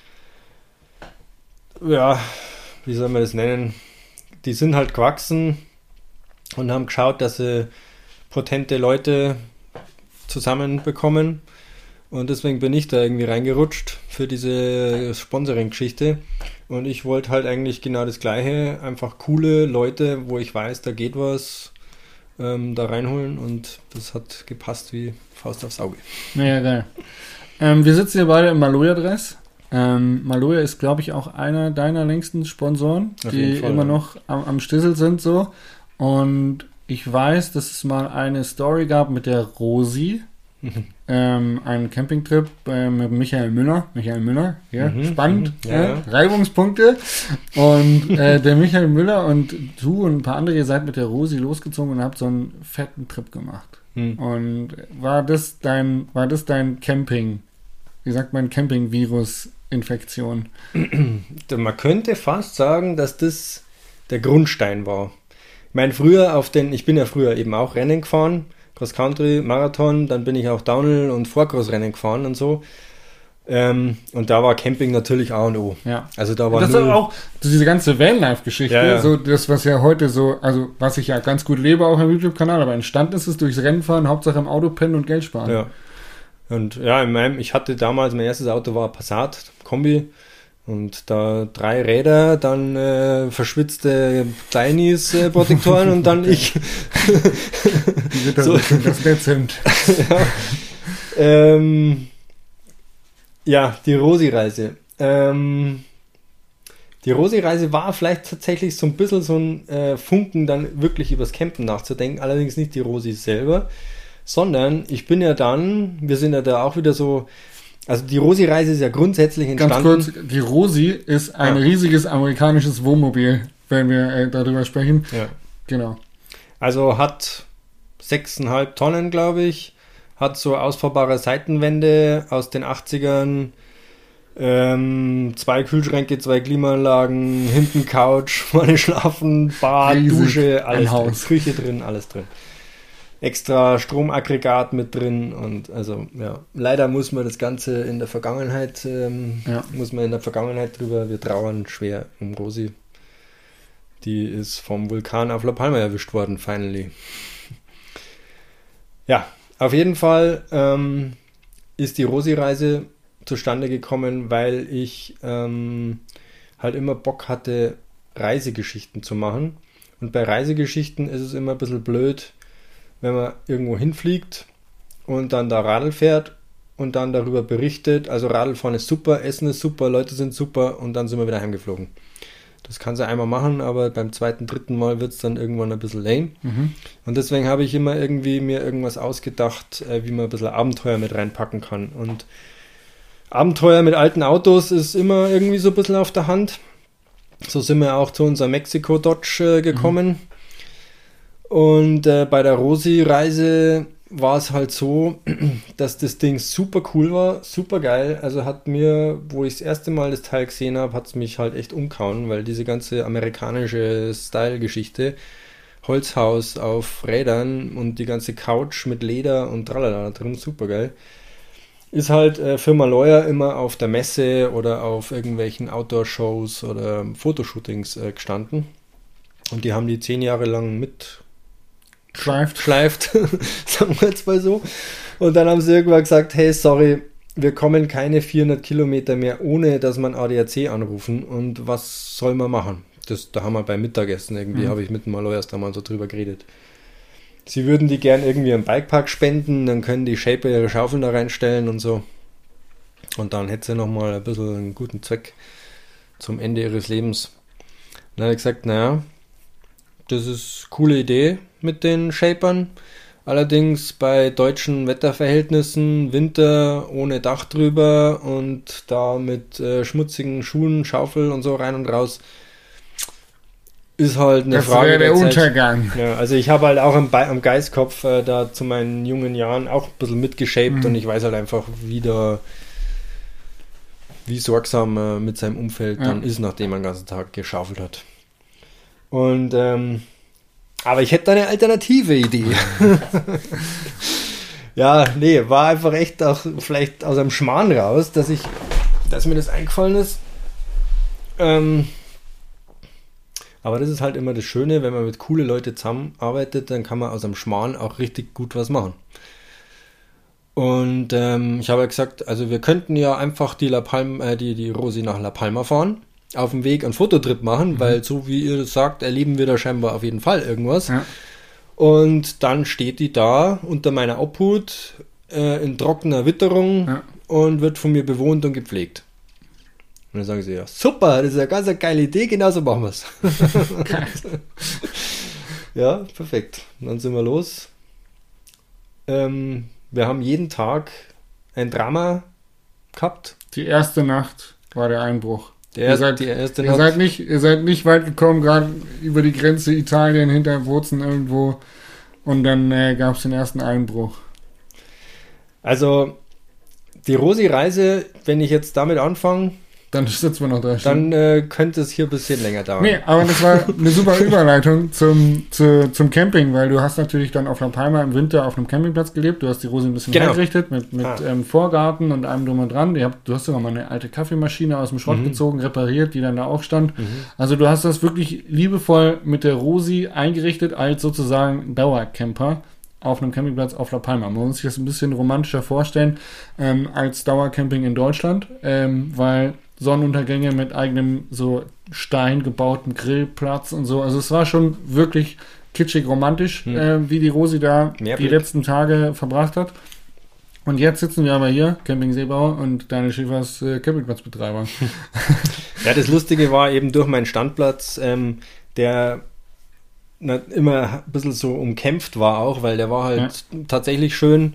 ja, wie soll man das nennen? Die sind halt gewachsen und haben geschaut, dass sie potente Leute zusammenbekommen. Und deswegen bin ich da irgendwie reingerutscht für diese Sponsoring-Geschichte. Und ich wollte halt eigentlich genau das Gleiche, einfach coole Leute, wo ich weiß, da geht was, ähm, da reinholen. Und das hat gepasst wie Faust aufs Auge. Naja, geil. Ähm, wir sitzen hier beide im Maloja-Dress. Ähm, Maloja ist, glaube ich, auch einer deiner längsten Sponsoren, auf die Fall, immer ja. noch am, am Stissel sind so. Und ich weiß, dass es mal eine Story gab mit der Rosi. Mhm. Ähm, einen Campingtrip äh, mit Michael Müller. Michael Müller, ja, mhm, spannend. Mhm, ja, ja. Reibungspunkte. Und äh, der Michael Müller und du und ein paar andere, ihr seid mit der Rosi losgezogen und habt so einen fetten Trip gemacht. Mhm. Und war das dein, war das dein Camping, wie sagt man, Camping-Virus-Infektion? Man könnte fast sagen, dass das der Grundstein war. Ich meine, früher auf den, ich bin ja früher eben auch Rennen gefahren, Cross-Country, Marathon, dann bin ich auch Downhill und Vorcross-Rennen gefahren und so. Ähm, und da war Camping natürlich A und O. Ja. Also da war das ist auch diese ganze Vanlife-Geschichte, ja, ja. so das, was ja heute so, also was ich ja ganz gut lebe, auch im YouTube-Kanal, aber entstanden ist es durchs Rennen fahren, Hauptsache im Auto pennen und Geld sparen. Ja. Und ja, in meinem, ich hatte damals, mein erstes Auto war Passat, Kombi. Und da drei Räder, dann äh, verschwitzte Kleinies-Protektoren äh, und dann ich. so. Das dezent. ja. ähm, Ja, die Rosi-Reise. Ähm, die Rosi-Reise war vielleicht tatsächlich so ein bisschen so ein äh, Funken, dann wirklich übers Campen nachzudenken. Allerdings nicht die Rosi selber, sondern ich bin ja dann, wir sind ja da auch wieder so, also die Rosi-Reise ist ja grundsätzlich entstanden. Ganz kurz, die Rosi ist ein Ja. riesiges amerikanisches Wohnmobil, wenn wir äh, darüber sprechen. Ja. Genau. Also hat sechseinhalb Tonnen, glaube ich, hat so ausfahrbare Seitenwände aus den achtzigern, ähm, zwei Kühlschränke, zwei Klimaanlagen, hinten Couch, vorne schlafen, Bad, Riesig, Dusche, ein alles drin, Haus. Küche drin, alles drin. Extra Stromaggregat mit drin und also ja, leider muss man das Ganze in der Vergangenheit, ähm, Ja. muss man in der Vergangenheit drüber, wir trauern schwer um Rosi. Die ist vom Vulkan auf La Palma erwischt worden, finally. Ja, auf jeden Fall ähm, ist die Rosi-Reise zustande gekommen, weil ich ähm, halt immer Bock hatte, Reisegeschichten zu machen. Und bei Reisegeschichten ist es immer ein bisschen blöd, wenn man irgendwo hinfliegt und dann da Radl fährt und dann darüber berichtet. Also Radlfahren ist super, Essen ist super, Leute sind super und dann sind wir wieder heimgeflogen. Das kannst du einmal machen, aber beim zweiten, dritten Mal wird es dann irgendwann ein bisschen lame. Mhm. Und deswegen habe ich immer irgendwie mir irgendwas ausgedacht, äh, wie man ein bisschen Abenteuer mit reinpacken kann. Und Abenteuer mit alten Autos ist immer irgendwie so ein bisschen auf der Hand. So sind wir auch zu unserem Mexiko-Dodge äh, gekommen. Mhm. Und äh, bei der Rosi-Reise war es halt so, dass das Ding super cool war, super geil. Also hat mir, wo ich das erste Mal das Teil gesehen habe, hat es mich halt echt umgehauen, weil diese ganze amerikanische Style-Geschichte, Holzhaus auf Rädern und die ganze Couch mit Leder und tralala drin, super geil. Ist halt äh, Firma Lawyer immer auf der Messe oder auf irgendwelchen Outdoor-Shows oder Fotoshootings äh, gestanden. Und die haben die zehn Jahre lang mit Schleift. schleift, sagen wir jetzt mal so. Und dann haben sie irgendwann gesagt, hey, sorry, wir kommen keine vierhundert Kilometer mehr, ohne dass man A D A C anrufen. Und was soll man machen? Das, da haben wir beim Mittagessen irgendwie, Mhm. habe ich mit dem Maloyas da mal so drüber geredet. Sie würden die gern irgendwie im Bikepark spenden, dann können die Shaper ihre Schaufeln da reinstellen und so. Und dann hätte sie nochmal ein bisschen einen guten Zweck zum Ende ihres Lebens. Dann habe ich gesagt, naja, das ist eine coole Idee mit den Shapern. Allerdings bei deutschen Wetterverhältnissen, Winter ohne Dach drüber und da mit äh, schmutzigen Schuhen, Schaufel und so rein und raus, ist halt eine Das Frage wäre der Zeit. Untergang. Ja, also ich habe halt auch am, Be- am Geistkopf äh, da zu meinen jungen Jahren auch ein bisschen mitgeshaped Mhm. und ich weiß halt einfach, wie da wie sorgsam äh, mit seinem Umfeld Ja. dann ist, nachdem er den ganzen Tag geschaufelt hat. Und ähm, aber ich hätte da eine alternative Idee. Ja, nee, war einfach echt auch vielleicht aus einem Schmarrn raus, dass ich, dass mir das eingefallen ist. Ähm, aber das ist halt immer das Schöne, wenn man mit coole Leute zusammenarbeitet, dann kann man aus einem Schmarrn auch richtig gut was machen. Und ähm, ich habe ja gesagt, also wir könnten ja einfach die La Palma, äh, die, die Rosi nach La Palma fahren, auf dem Weg einen Fototrip machen, Mhm. weil so wie ihr das sagt, erleben wir da scheinbar auf jeden Fall irgendwas. Ja. Und dann steht die da unter meiner Obhut äh, in trockener Witterung Ja. und wird von mir bewohnt und gepflegt. Und dann sagen sie, ja, super, das ist eine ganz eine geile Idee, genauso machen wir es. Ja, perfekt. Und dann sind wir los. Ähm, wir haben jeden Tag ein Drama gehabt. Die erste Nacht war der Einbruch. Der, Ihr seid- die erste Ihr Nacht. seid, nicht, ihr seid nicht weit gekommen, gerade über die Grenze Italien, hinter Wurzen irgendwo. Und dann äh, gab es den ersten Einbruch. Also, die Rosi-Reise, wenn ich jetzt damit anfange, Dann sitzen wir noch drei Stunden. dann äh, könnte es hier ein bisschen länger dauern. Nee, aber das war eine super Überleitung zum, zu, zum Camping, weil du hast natürlich dann auf La Palma im Winter auf einem Campingplatz gelebt. Du hast die Rosi ein bisschen Genau. hergerichtet mit, mit Ah. ähm, Vorgarten und allem drum und dran. Ihr habt, du hast sogar mal eine alte Kaffeemaschine aus dem Schrott Mhm. gezogen, repariert, die dann da auch stand. Mhm. Also du hast das wirklich liebevoll mit der Rosi eingerichtet als sozusagen Dauercamper auf einem Campingplatz auf La Palma. Man muss sich das ein bisschen romantischer vorstellen ähm, als Dauercamping in Deutschland, ähm, weil Sonnenuntergänge mit eigenem so Stein gebauten Grillplatz und so. Also es war schon wirklich kitschig romantisch, Hm. äh, wie die Rosi da Mehr die Blick. letzten Tage verbracht hat. Und jetzt sitzen wir aber hier, Camping Seebauer und Daniel Schäfers äh, Campingplatzbetreiber. Ja, das Lustige war eben durch meinen Standplatz, ähm, der na, immer ein bisschen so umkämpft war auch, weil der war halt ja. tatsächlich schön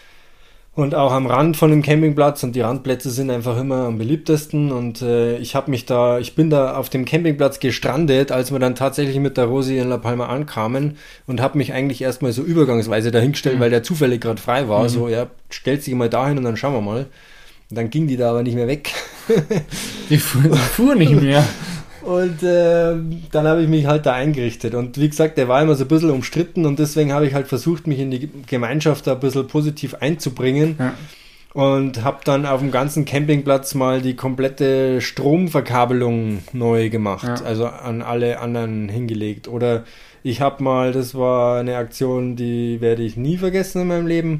und auch am Rand von dem Campingplatz und die Randplätze sind einfach immer am beliebtesten und äh, ich habe mich da, ich bin da auf dem Campingplatz gestrandet, als wir dann tatsächlich mit der Rosi in La Palma ankamen und habe mich eigentlich erstmal so übergangsweise dahingestellt, mhm. weil der zufällig gerade frei war, mhm. so ja, stellt sich mal dahin und dann schauen wir mal. Und dann ging die da aber nicht mehr weg. Die fuhr, die fuhr nicht mehr. Und äh, dann habe ich mich halt da eingerichtet. Und wie gesagt, der war immer so ein bisschen umstritten und deswegen habe ich halt versucht, mich in die Gemeinschaft da ein bisschen positiv einzubringen. Ja. Und habe dann auf dem ganzen Campingplatz mal die komplette Stromverkabelung neu gemacht. Ja. Also an alle anderen hingelegt. Oder ich habe mal, das war eine Aktion, die werde ich nie vergessen in meinem Leben.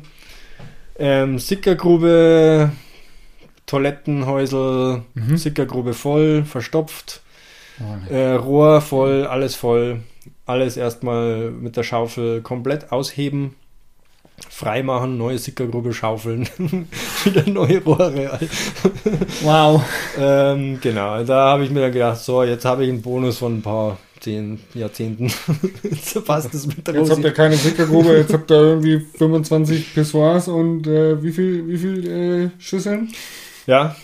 Ähm, Sickergrube, Toilettenhäusel, mhm. Sickergrube voll, verstopft. Oh, äh, Rohr voll, alles voll, alles erstmal mit der Schaufel komplett ausheben, freimachen, neue Sickergrube schaufeln, wieder neue Rohre. Wow. ähm, genau, da habe ich mir dann gedacht, so, jetzt habe ich einen Bonus von ein paar zehn Jahrzehnten. Jetzt passt es mit der Jetzt habt ihr keine Sickergrube, jetzt habt ihr irgendwie fünfundzwanzig Pissoirs und äh, wie viel, wie viel äh, Schüsseln? Ja.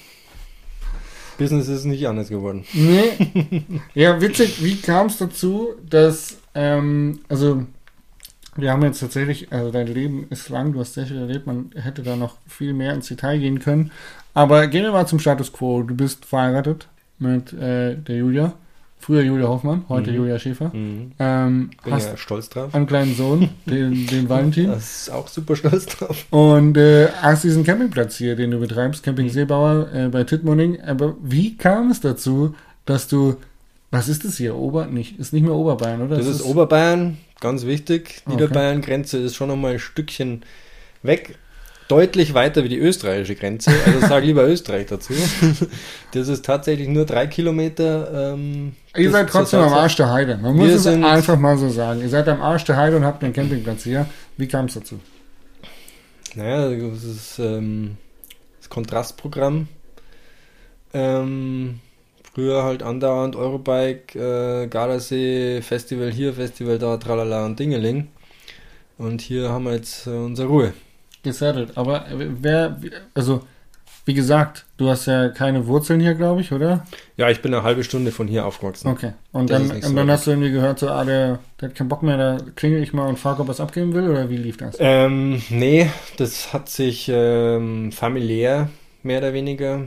Business ist nicht anders geworden. Nee. Ja, witzig, wie kam es dazu, dass, ähm, also, wir haben jetzt tatsächlich, also dein Leben ist lang, du hast sehr viel erlebt, man hätte da noch viel mehr ins Detail gehen können. Aber gehen wir mal zum Status Quo. Du bist verheiratet mit äh, der Julia. Früher Julia Hoffmann, heute mhm. Julia Schäfer. Mhm. Ähm, Bin hast ja stolz drauf. Einen kleinen Sohn, den, den Valentin. Das ist auch super stolz drauf. Und äh, hast diesen Campingplatz hier, den du betreibst, Camping Seebauer äh, bei Tittmoning. Aber wie kam es dazu, dass du, was ist das hier? Ober, nicht, ist nicht mehr Oberbayern, oder? Das, das ist, ist Oberbayern, ganz wichtig. Okay. Niederbayern-Grenze ist schon nochmal ein Stückchen weg. Deutlich weiter wie die österreichische Grenze, also sage lieber Österreich dazu. Das ist tatsächlich nur drei Kilometer. Ähm, Ihr seid trotzdem am Arsch der Heide. Man muss es einfach mal so sagen. Ihr seid am Arsch der Heide und habt einen Campingplatz hier. Wie kam es dazu? Naja, das ist ähm, das Kontrastprogramm. Ähm, früher halt andauernd Eurobike, äh, Gardasee, Festival hier, Festival da, tralala und Dingeling. Und hier haben wir jetzt äh, unsere Ruhe. Gesettelt. Aber wer, also wie gesagt, du hast ja keine Wurzeln hier, glaube ich, oder? Ja, ich bin eine halbe Stunde von hier aufgewachsen. Okay. Und das dann, und so dann hast du irgendwie gehört, so, ah, der, der hat keinen Bock mehr, da klingel ich mal und frage, ob er es abgeben will, oder wie lief das? Ähm, nee, das hat sich ähm, familiär mehr oder weniger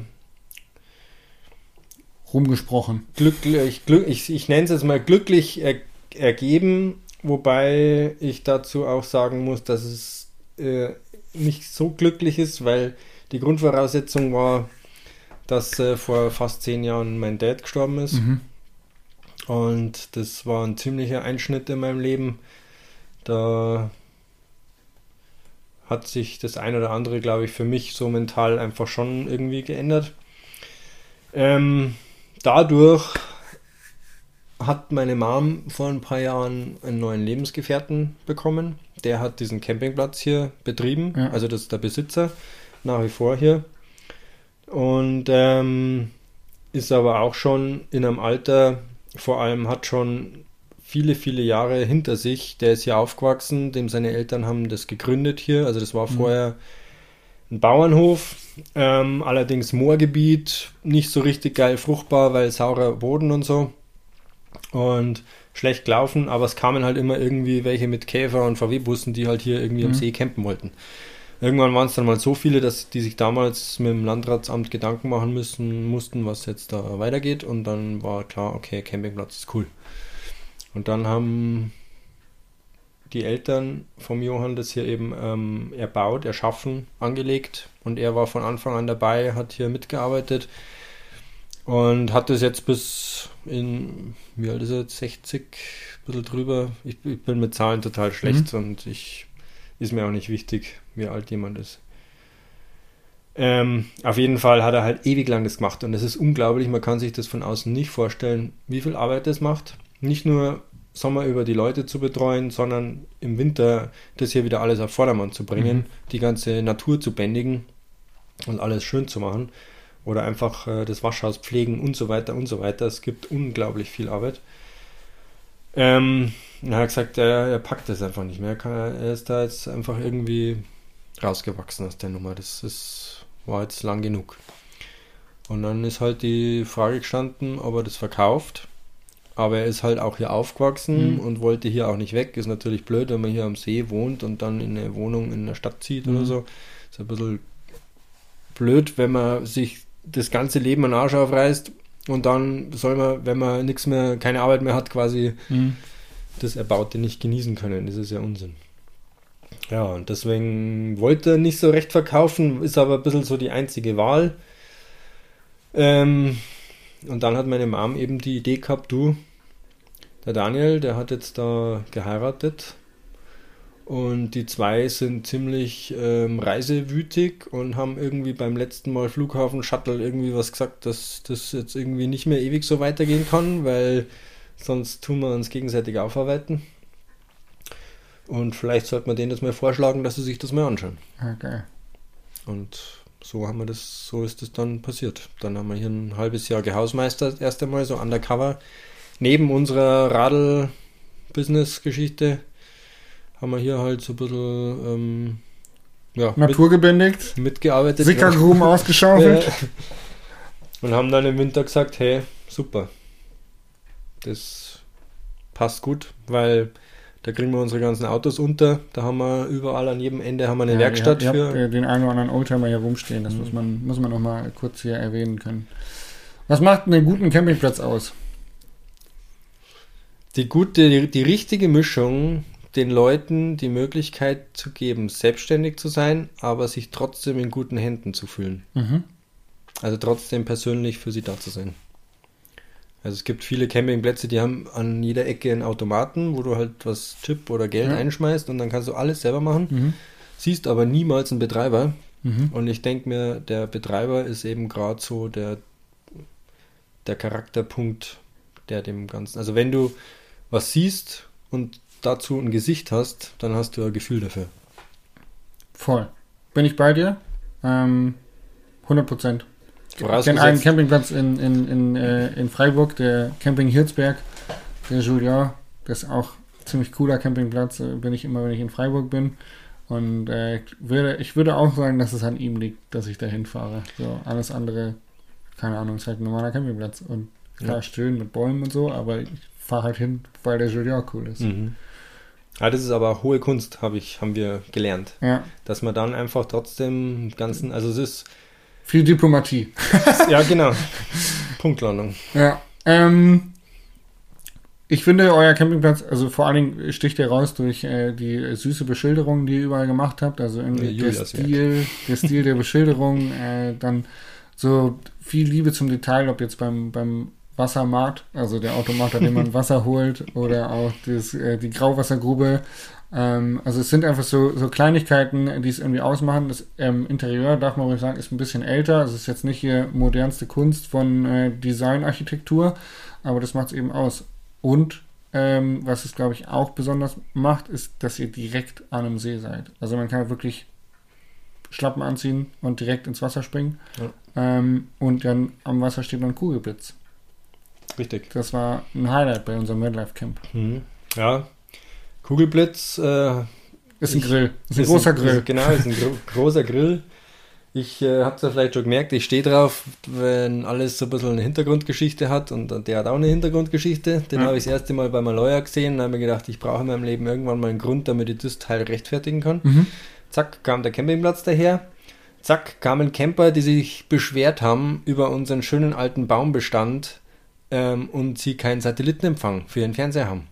rumgesprochen. Glücklich, glück, ich, ich nenne es jetzt mal glücklich er, ergeben, wobei ich dazu auch sagen muss, dass es äh, nicht so glücklich ist, weil die Grundvoraussetzung war, dass äh, vor fast zehn Jahren mein Dad gestorben ist. Mhm. Und das war ein ziemlicher Einschnitt in meinem Leben. Da hat sich das ein oder andere, glaube ich, für mich so mental einfach schon irgendwie geändert. Ähm, dadurch hat meine Mom vor ein paar Jahren einen neuen Lebensgefährten bekommen. Der hat diesen Campingplatz hier betrieben, ja. Also das ist der Besitzer, nach wie vor hier. Und ähm, ist aber auch schon in einem Alter, vor allem hat schon viele, viele Jahre hinter sich. Der ist hier aufgewachsen, dem seine Eltern haben das gegründet hier. Also das war mhm. vorher ein Bauernhof, ähm, allerdings Moorgebiet, nicht so richtig geil fruchtbar, weil saurer Boden und so. Und schlecht gelaufen, aber es kamen halt immer irgendwie welche mit Käfer und V W-Bussen, die halt hier irgendwie mhm. am See campen wollten. Irgendwann waren es dann mal so viele, dass die sich damals mit dem Landratsamt Gedanken machen müssen, mussten, was jetzt da weitergeht, und dann war klar, okay, Campingplatz ist cool. Und dann haben die Eltern vom Johann das hier eben ähm, erbaut, erschaffen, angelegt, und er war von Anfang an dabei, hat hier mitgearbeitet und hat das jetzt bis in, wie alt ist er jetzt, sechzig, ein bisschen drüber. Ich, ich bin mit Zahlen total schlecht mhm. und ich ist mir auch nicht wichtig, wie alt jemand ist. Ähm, auf jeden Fall hat er halt ewig lang das gemacht, und es ist unglaublich, man kann sich das von außen nicht vorstellen, wie viel Arbeit das macht. Nicht nur Sommer über die Leute zu betreuen, sondern im Winter das hier wieder alles auf Vordermann zu bringen, mhm. die ganze Natur zu bändigen und alles schön zu machen oder einfach äh, das Waschhaus pflegen und so weiter und so weiter. Es gibt unglaublich viel Arbeit. Ähm, er hat gesagt, er, er packt das einfach nicht mehr. Er, kann, er ist da jetzt einfach irgendwie rausgewachsen aus der Nummer. Das ist, war jetzt lang genug. Und dann ist halt die Frage gestanden, ob er das verkauft. Aber er ist halt auch hier aufgewachsen mhm. und wollte hier auch nicht weg. Ist natürlich blöd, wenn man hier am See wohnt und dann in eine Wohnung in der Stadt zieht mhm. oder so. Ist ein bisschen blöd, wenn man sich das ganze Leben einen Arsch aufreißt und dann soll man, wenn man nichts mehr, keine Arbeit mehr hat, quasi mhm. das Erbaute nicht genießen können. Das ist ja Unsinn. Ja, und deswegen wollte er nicht so recht verkaufen, ist aber ein bisschen so die einzige Wahl. Ähm, und dann hat meine Mom eben die Idee gehabt, du, der Daniel, der hat jetzt da geheiratet und die zwei sind ziemlich ähm, reisewütig und haben irgendwie beim letzten Mal Flughafen Shuttle irgendwie was gesagt, dass das jetzt irgendwie nicht mehr ewig so weitergehen kann, weil sonst tun wir uns gegenseitig aufarbeiten. Und vielleicht sollte man denen das mal vorschlagen, dass sie sich das mal anschauen. Okay. Und so haben wir das, so ist das dann passiert. Dann haben wir hier ein halbes Jahr gehausmeistert, erst einmal so undercover. Neben unserer Radl-Business-Geschichte haben wir hier halt so ein bisschen ähm, ja, Natur mit, gebändigt, mitgearbeitet. Sickergruben ja. ausgeschaufelt. Und haben dann im Winter gesagt, hey, super. Das passt gut, weil da kriegen wir unsere ganzen Autos unter. Da haben wir überall an jedem Ende haben wir eine ja, Werkstatt ihr habt, für. Ihr habt den einen oder anderen Oldtimer hier rumstehen. Das mhm. muss man, muss man noch mal kurz hier erwähnen können. Was macht einen guten Campingplatz aus? Die gute, die, die richtige Mischung, den Leuten die Möglichkeit zu geben, selbstständig zu sein, aber sich trotzdem in guten Händen zu fühlen. Mhm. Also trotzdem persönlich für sie da zu sein. Also es gibt viele Campingplätze, die haben an jeder Ecke einen Automaten, wo du halt was Chip oder Geld ja. einschmeißt und dann kannst du alles selber machen. Mhm. Siehst aber niemals einen Betreiber. Mhm. Und ich denke mir, der Betreiber ist eben gerade so der, der Charakterpunkt, der dem Ganzen... Also wenn du was siehst und dazu ein Gesicht hast, dann hast du ein Gefühl dafür. Voll. Bin ich bei dir? Ähm, hundert Prozent. Ich kenne einen Campingplatz in, in, in, äh, in Freiburg, der Camping Hirzberg, der Julien, das ist auch ein ziemlich cooler Campingplatz, äh, bin ich immer, wenn ich in Freiburg bin. Und äh, würde, ich würde auch sagen, dass es an ihm liegt, dass ich da hinfahre. So, alles andere, keine Ahnung, ist halt ein normaler Campingplatz. Und klar, ja. schön mit Bäumen und so, aber ich fahre halt hin, weil der Julien cool ist. Mhm. Ja, das ist aber auch hohe Kunst, hab ich, haben wir gelernt. Ja. Dass man dann einfach trotzdem ganzen, also es ist viel Diplomatie. Ja, genau. Punktlandung. Ja. Ähm, ich finde, euer Campingplatz, also vor allen Dingen sticht ihr raus durch äh, die süße Beschilderung, die ihr überall gemacht habt. Also irgendwie ja, der, Stil, der Stil der Beschilderung, äh, dann so viel Liebe zum Detail, ob jetzt beim, beim Wassermat, also der Automat, an dem man Wasser holt, oder auch das, äh, die Grauwassergrube. Ähm, also es sind einfach so, so Kleinigkeiten, die es irgendwie ausmachen. Das ähm, Interieur, darf man ruhig sagen, ist ein bisschen älter. Also es ist jetzt nicht hier modernste Kunst von äh, Designarchitektur, aber das macht es eben aus. Und ähm, was es, glaube ich, auch besonders macht, ist, dass ihr direkt an einem See seid. Also man kann wirklich Schlappen anziehen und direkt ins Wasser springen. Ja. Ähm, und dann am Wasser steht noch ein Kugelblitz. Richtig. Das war ein Highlight bei unserem Wildlife Camp. Mhm. Ja, Kugelblitz äh, ist ein ich, Grill. Ist ein ist großer ein, Grill. Ist, genau, ist ein gro- großer Grill. Ich äh, habe es ja vielleicht schon gemerkt, ich stehe drauf, wenn alles so ein bisschen eine Hintergrundgeschichte hat und, und der hat auch eine Hintergrundgeschichte. Den ja. habe ich das erste Mal bei Maloja gesehen und habe mir gedacht, ich brauche in meinem Leben irgendwann mal einen Grund, damit ich das Teil rechtfertigen kann. Mhm. Zack, kam der Campingplatz daher. Zack, kamen Camper, die sich beschwert haben über unseren schönen alten Baumbestand ähm, und sie keinen Satellitenempfang für ihren Fernseher haben.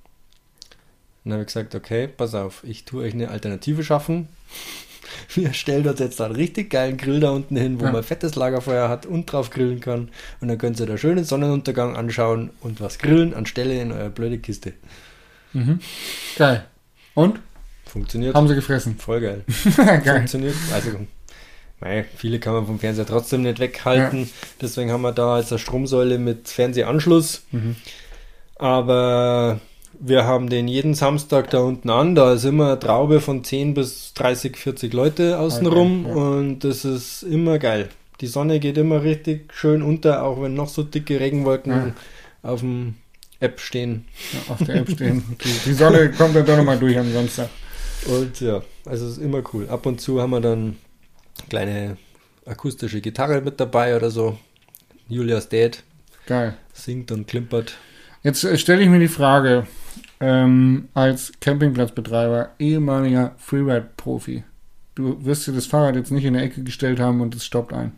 Und dann habe ich gesagt, okay, pass auf, ich tue euch eine Alternative schaffen. Wir stellen uns jetzt da einen richtig geilen Grill da unten hin, wo ja. man fettes Lagerfeuer hat und drauf grillen kann. Und dann könnt ihr da schönen Sonnenuntergang anschauen und was grillen anstelle in eurer blöde Kiste. Mhm. Geil. Und? Funktioniert. Haben sie gefressen. Voll geil. Geil. Funktioniert. Also, mei, viele kann man vom Fernseher trotzdem nicht weghalten. Ja. Deswegen haben wir da jetzt eine Stromsäule mit Fernsehanschluss. Mhm. Aber Wir haben den jeden Samstag da unten an. Da ist immer eine Traube von zehn bis dreißig, vierzig Leute außenrum. Okay, ja. Und das ist immer geil. Die Sonne geht immer richtig schön unter, auch wenn noch so dicke Regenwolken Ja. auf dem App stehen. Ja, auf der App stehen. Die, die Sonne kommt dann doch nochmal durch am Samstag. Und ja, also es ist immer cool. Ab und zu haben wir dann kleine akustische Gitarre mit dabei oder so. Julias Dad Geil. singt und klimpert. Jetzt äh, stelle ich mir die Frage, ähm, als Campingplatzbetreiber, ehemaliger Freeride-Profi, du wirst dir das Fahrrad jetzt nicht in der Ecke gestellt haben und es stoppt ein.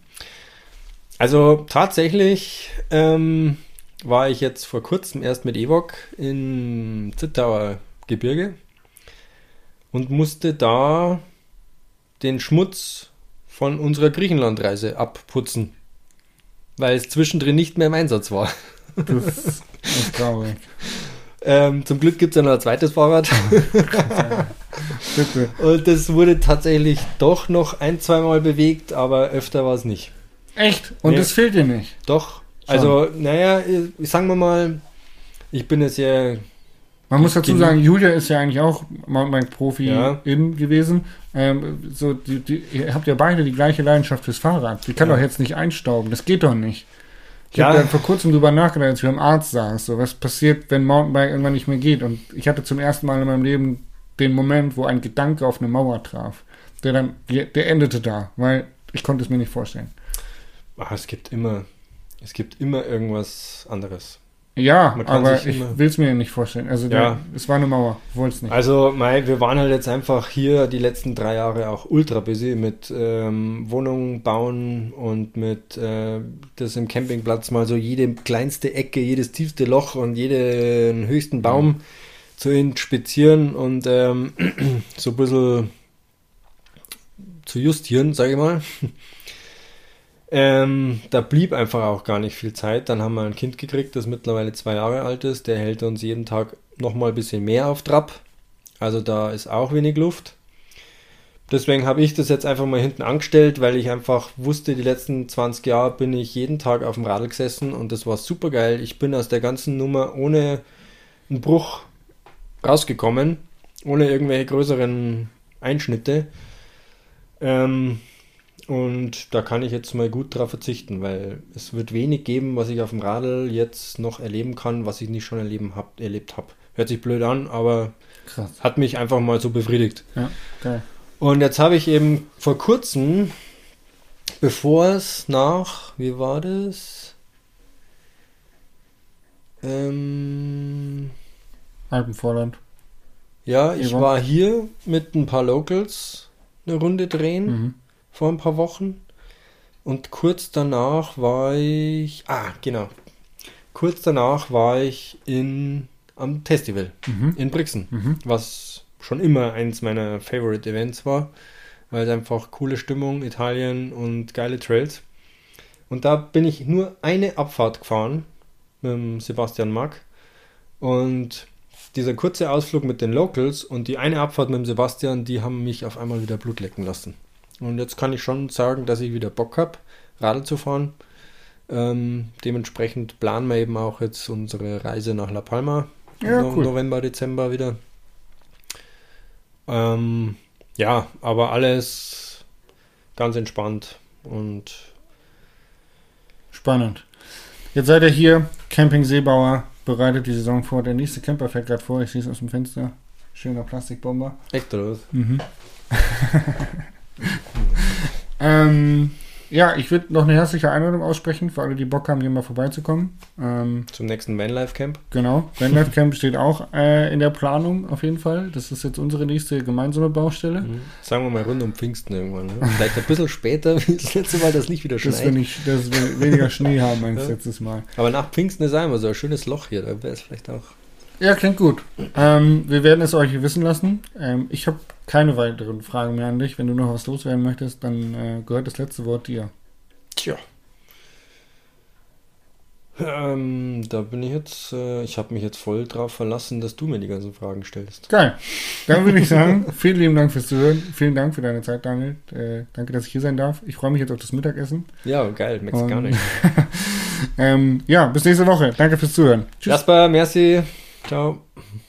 Also tatsächlich ähm, war ich jetzt vor kurzem erst mit Evok im Zittauer Gebirge und musste da den Schmutz von unserer Griechenlandreise abputzen, weil es zwischendrin nicht mehr im Einsatz war. Das ist traurig. Ähm, zum Glück gibt es ja noch ein zweites Fahrrad. Bitte. Und das wurde tatsächlich doch noch ein, zweimal bewegt, aber öfter war es nicht. Echt? Und Nee. das fehlt dir nicht? Doch. Also, naja, ich- sagen wir mal, ich bin jetzt ja, Man muss dazu Gen- sagen, Julia ist ja eigentlich auch Mountainbike-Profi Ja. in gewesen. Ähm, so, die, die, ihr habt ja beide die gleiche Leidenschaft fürs Fahrrad. Die kann Ja. doch jetzt nicht einstauben. Das geht doch nicht. Ich Ja. habe da vor kurzem drüber nachgedacht, als wir am Arzt saßen. So, was passiert, wenn Mountainbike irgendwann nicht mehr geht? Und ich hatte zum ersten Mal in meinem Leben den Moment, wo ein Gedanke auf eine Mauer traf. Der dann, der endete da, weil ich konnte es mir nicht vorstellen. ah, es gibt immer, es gibt immer irgendwas anderes. Ja, Man kann aber sich ich immer- will es mir nicht vorstellen. Also, der, Ja. es war eine Mauer. Ich wollte es nicht. Also, mei, wir waren halt jetzt einfach hier die letzten drei Jahre auch ultra busy mit ähm, Wohnungen bauen und mit äh, das im Campingplatz mal so jede kleinste Ecke, jedes tiefste Loch und jeden höchsten Baum zu inspizieren und ähm, so ein bisschen zu justieren, sage ich mal. Ähm, da blieb einfach auch gar nicht viel Zeit. Dann haben wir ein Kind gekriegt, das mittlerweile zwei Jahre alt ist. Der hält uns jeden Tag nochmal ein bisschen mehr auf Trab. Also da ist auch wenig Luft. Deswegen habe ich das jetzt einfach mal hinten angestellt, weil ich einfach wusste, die letzten zwanzig Jahre bin ich jeden Tag auf dem Radl gesessen und das war super geil. Ich bin aus der ganzen Nummer ohne einen Bruch rausgekommen, ohne irgendwelche größeren Einschnitte. Ähm, und da kann ich jetzt mal gut drauf verzichten, weil es wird wenig geben, was ich auf dem Radl jetzt noch erleben kann, was ich nicht schon erleben hab, erlebt habe. Hört sich blöd an, aber Krass. hat mich einfach mal so befriedigt. Ja, geil. Und jetzt habe ich eben vor kurzem, bevor es nach, wie war das? Ähm, Alpenvorland. ja, ich Ewa. war hier mit ein paar Locals eine Runde drehen Mhm. vor ein paar Wochen. Und kurz danach war ich, ah, genau. Kurz danach war ich in, am Festival Mhm. in Brixen, Mhm. was schon immer eins meiner Favorite Events war, weil es einfach coole Stimmung, Italien und geile Trails. Und da bin ich nur eine Abfahrt gefahren mit dem Sebastian Mack und dieser kurze Ausflug mit den Locals und die eine Abfahrt mit dem Sebastian, die haben mich auf einmal wieder Blut lecken lassen. Und jetzt kann ich schon sagen, dass ich wieder Bock habe, Radl zu fahren. Ähm, dementsprechend planen wir eben auch jetzt unsere Reise nach La Palma. Ja, No- cool. November, Dezember wieder. Ähm, ja, aber alles ganz entspannt und Spannend. Jetzt seid ihr hier, Camping Seebauer, bereitet die Saison vor. Der nächste Camper fährt gerade vor, ich sehe es aus dem Fenster. Schöner Plastikbomber. echt oder was? Mhm. ähm, ja, ich würde noch eine herzliche Einladung aussprechen für alle, die Bock haben, hier mal vorbeizukommen. Ähm, Zum nächsten Vanlife Camp. genau, Vanlife Camp steht auch äh, in der Planung auf jeden Fall. Das ist jetzt unsere nächste gemeinsame Baustelle. Mhm. Sagen wir mal rund um Pfingsten irgendwann. Ne? Vielleicht ein bisschen später, wie das letzte Mal, das nicht wieder Dass wir, schneit. nicht, dass wir weniger Schnee haben als Ja. letztes Mal. Aber nach Pfingsten ist einmal so ein schönes Loch hier, da wäre es vielleicht auch. Ja, klingt gut. Ähm, wir werden es euch wissen lassen. Ähm, ich habe keine weiteren Fragen mehr an dich. Wenn du noch was loswerden möchtest, dann äh, gehört das letzte Wort dir. Tja. Ähm, da bin ich jetzt, äh, ich habe mich jetzt voll drauf verlassen, dass du mir die ganzen Fragen stellst. Geil. Dann würde ich sagen, vielen lieben Dank fürs Zuhören. Vielen Dank für deine Zeit, Daniel. Äh, danke, dass ich hier sein darf. Ich freue mich jetzt auf das Mittagessen. Ja, geil, mexikanisch. ähm, ja, bis nächste Woche. Danke fürs Zuhören. Tschüss. Jasper, merci. Ciao.